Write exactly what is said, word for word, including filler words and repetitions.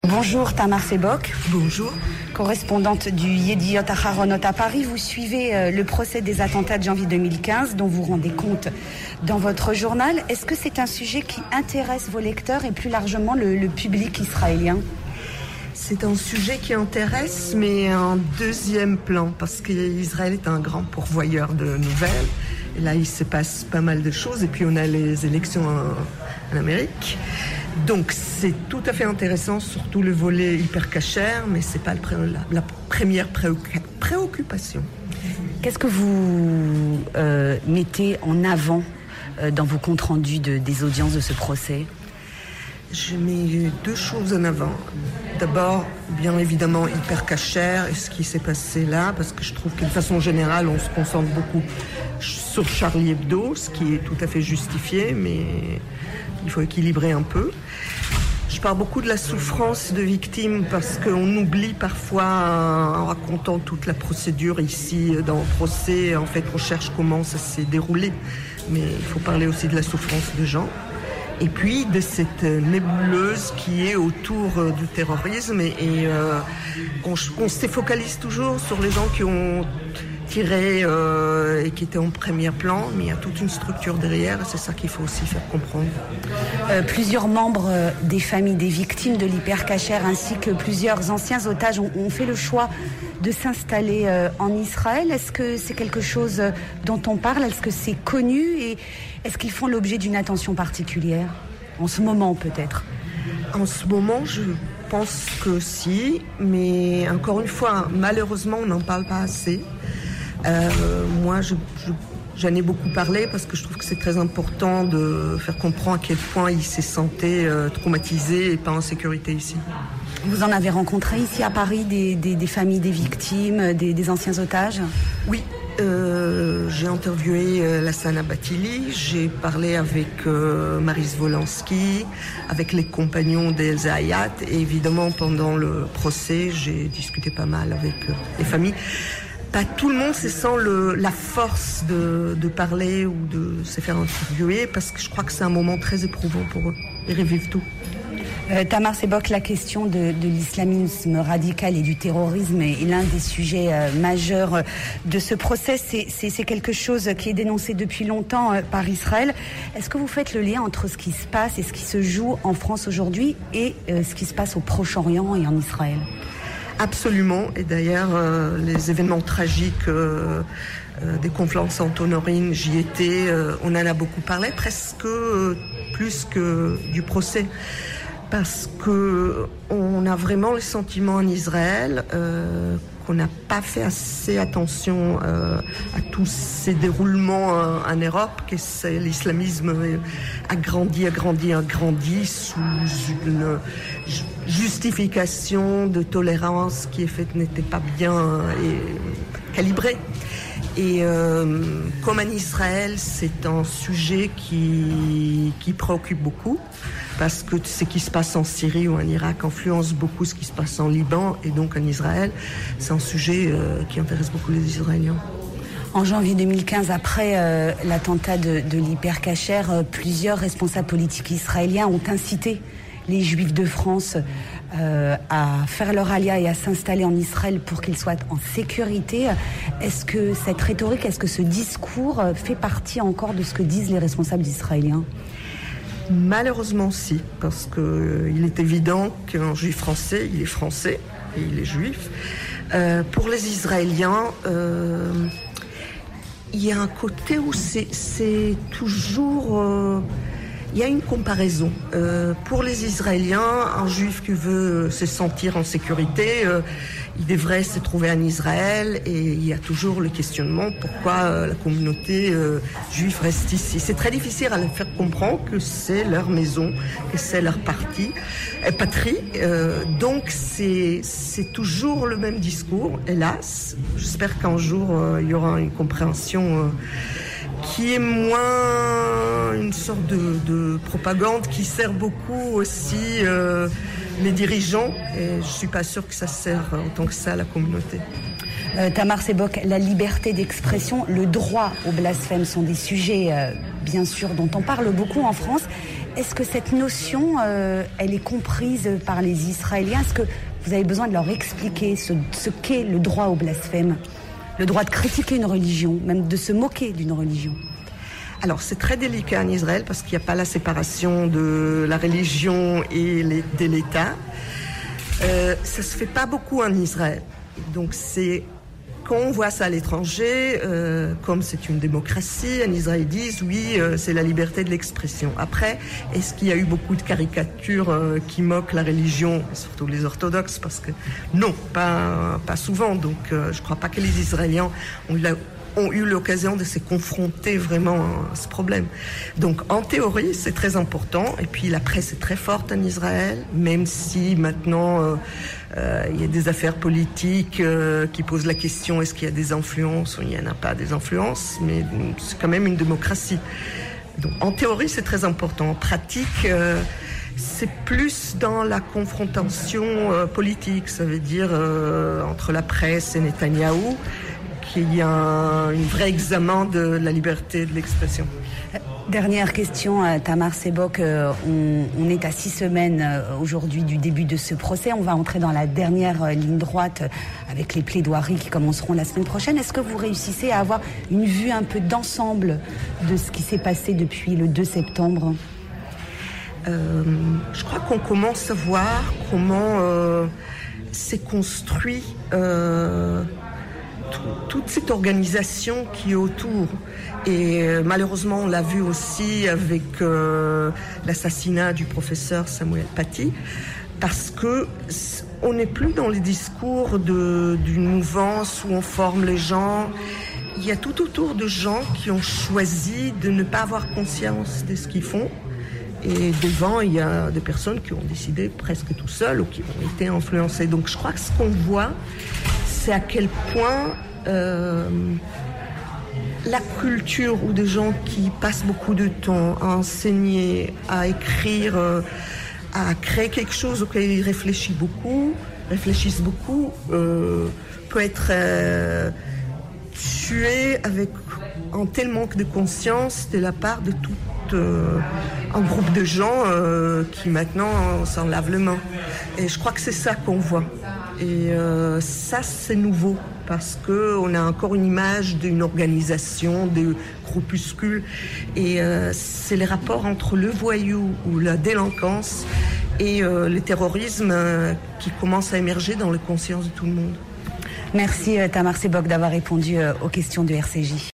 Bonjour Tamar Sebok. Bonjour. Correspondante du Yediot Aharonot à Paris, vous suivez euh, le procès des attentats de janvier deux mille quinze dont vous rendez compte dans votre journal. Est-ce que c'est un sujet qui intéresse vos lecteurs et plus largement le, le public israélien ? C'est un sujet qui intéresse, mais en deuxième plan, parce qu'Israël est un grand pourvoyeur de nouvelles. Et là, il se passe pas mal de choses. Et puis, on a les élections en, en Amérique. Donc, c'est tout à fait intéressant, surtout le volet hyper cachère, mais c'est pas le pré- la, la première préoc- préoccupation. Qu'est-ce que vous euh, mettez en avant euh, dans vos comptes rendus de, des audiences de ce procès ? Je mets deux choses en avant. D'abord, bien évidemment, hyper cachère et ce qui s'est passé là, parce que je trouve qu'une façon générale, on se concentre beaucoup sur Charlie Hebdo, ce qui est tout à fait justifié, mais il faut équilibrer un peu. Je parle beaucoup de la souffrance de victimes parce qu'on oublie parfois, en racontant toute la procédure ici dans le procès, en fait, on cherche comment ça s'est déroulé, mais il faut parler aussi de la souffrance de gens. Et puis de cette nébuleuse qui est autour euh, du terrorisme et, et euh, on, on se focalise toujours sur les gens qui ont tiré euh, et qui étaient en premier plan, mais il y a toute une structure derrière et c'est ça qu'il faut aussi faire comprendre. Euh, plusieurs membres euh, des familles des victimes de l'hypercachère ainsi que plusieurs anciens otages ont, ont fait le choix de s'installer euh, en Israël. Est-ce que c'est quelque chose dont on parle ? Est-ce que c'est connu et est-ce qu'ils font l'objet d'une attention particulière ? En ce moment, peut-être ? En ce moment, je pense que si, mais encore une fois, malheureusement, on n'en parle pas assez. Euh, moi, je, je, j'en ai beaucoup parlé parce que je trouve que c'est très important de faire comprendre à quel point ils se sentaient euh, traumatisés et pas en sécurité ici. Vous en avez rencontré ici à Paris des, des, des familles des victimes, des, des anciens otages ? Oui. Euh, j'ai interviewé euh, Lassana Batili, j'ai parlé avec euh, Maris Volansky, avec les compagnons d'Elsa Hayat et évidemment pendant le procès j'ai discuté pas mal avec euh, les familles. Pas tout le monde se sent le, la force de, de parler ou de se faire interviewer parce que je crois que c'est un moment très éprouvant pour eux. Ils revivent tout. Euh, Tamar Sebok, la question de, de l'islamisme radical et du terrorisme est l'un des sujets euh, majeurs de ce procès. C'est, c'est, c'est quelque chose qui est dénoncé depuis longtemps euh, par Israël. Est-ce que vous faites le lien entre ce qui se passe et ce qui se joue en France aujourd'hui et euh, ce qui se passe au Proche-Orient et en Israël ? Absolument. Et d'ailleurs, euh, les événements tragiques euh, euh, des conférences en Honorine, j'y étais, euh, on en a beaucoup parlé, presque euh, plus que du procès. Parce que on a vraiment le sentiment en Israël euh, qu'on n'a pas fait assez attention euh, à tous ces déroulements euh, en Europe, que c'est, l'islamisme a grandi, a grandi, a grandi sous une justification de tolérance qui en fait n'était pas bien et calibrée. Et euh, comme en Israël, c'est un sujet qui, qui préoccupe beaucoup. Parce que ce qui se passe en Syrie ou en Irak influence beaucoup ce qui se passe en Liban et donc en Israël. C'est un sujet euh, qui intéresse beaucoup les Israéliens. En janvier deux mille quinze, après euh, l'attentat de, de l'hypercachère, euh, plusieurs responsables politiques israéliens ont incité les Juifs de France euh, à faire leur alia et à s'installer en Israël pour qu'ils soient en sécurité. Est-ce que cette rhétorique, est-ce que ce discours fait partie encore de ce que disent les responsables israéliens ? Malheureusement, si, parce que euh, il est évident qu'un juif français, il est français et il est juif. Euh, pour les Israéliens, euh, il y a un côté où c'est, c'est toujours... Euh, il y a une comparaison. Euh, pour les Israéliens, un juif qui veut se sentir en sécurité, euh, il devrait se trouver en Israël et il y a toujours le questionnement pourquoi euh, la communauté euh, juive reste ici. C'est très difficile à leur faire comprendre que c'est leur maison, que c'est leur parti, euh, patrie. Euh, donc c'est, c'est toujours le même discours, hélas. J'espère qu'un jour euh, il y aura une compréhension euh, qui est moins une sorte de, de propagande qui sert beaucoup aussi euh, les dirigeants. Et je suis pas sûre que ça sert autant que ça à la communauté. Euh, Tamar Sebok, la liberté d'expression, le droit au blasphème sont des sujets, euh, bien sûr, dont on parle beaucoup en France. Est-ce que cette notion, euh, elle est comprise par les Israéliens? Est-ce que vous avez besoin de leur expliquer ce, ce qu'est le droit au blasphème, le droit de critiquer une religion, même de se moquer d'une religion? Alors c'est très délicat en Israël parce qu'il n'y a pas la séparation de la religion et les, de l'État. Euh, ça se fait pas beaucoup en Israël. Donc c'est quand on voit ça à l'étranger, euh, comme c'est une démocratie, en Israël ils disent oui, euh, c'est la liberté de l'expression. Après, est-ce qu'il y a eu beaucoup de caricatures euh, qui moquent la religion, surtout les orthodoxes? Parce que non, pas pas souvent. Donc euh, je crois pas que les Israéliens ont eu la ont eu l'occasion de se confronter vraiment à ce problème. Donc en théorie, c'est très important. Et puis la presse est très forte en Israël, même si maintenant euh, euh, il y a des affaires politiques euh, qui posent la question est-ce qu'il y a des influences ou il n'y en a pas des influences, mais c'est quand même une démocratie. Donc en théorie, c'est très important. En pratique, euh, c'est plus dans la confrontation euh, politique, ça veut dire euh, entre la presse et Netanyahou, qu'il y a un, un vrai examen de la liberté de l'expression. Dernière question, Tamar Sebok. On, on est à six semaines aujourd'hui du début de ce procès. On va entrer dans la dernière ligne droite avec les plaidoiries qui commenceront la semaine prochaine. Est-ce que vous réussissez à avoir une vue un peu d'ensemble de ce qui s'est passé depuis le deux septembre? euh, Je crois qu'on commence à voir comment euh, s'est construit euh, toute cette organisation qui est autour. Et euh, malheureusement, on l'a vu aussi avec euh, l'assassinat du professeur Samuel Paty, parce que on n'est plus dans les discours de, d'une mouvance où on forme les gens. Il y a tout autour de gens qui ont choisi de ne pas avoir conscience de ce qu'ils font. Et devant, il y a des personnes qui ont décidé presque tout seuls ou qui ont été influencées. Donc je crois que ce qu'on voit, c'est à quel point euh, la culture ou des gens qui passent beaucoup de temps à enseigner, à écrire, euh, à créer quelque chose auquel ils réfléchissent beaucoup, réfléchissent beaucoup, euh, peut être euh, tué avec un tel manque de conscience de la part de tout euh, un groupe de gens euh, qui maintenant s'en lavent les mains. Et je crois que c'est ça qu'on voit. Et euh, ça, c'est nouveau parce qu'on a encore une image d'une organisation, de groupuscules. Et euh, c'est les rapports entre le voyou ou la délinquance et euh, le terrorisme euh, qui commencent à émerger dans la conscience de tout le monde. Merci Tamar Sebok d'avoir répondu aux questions du R C J.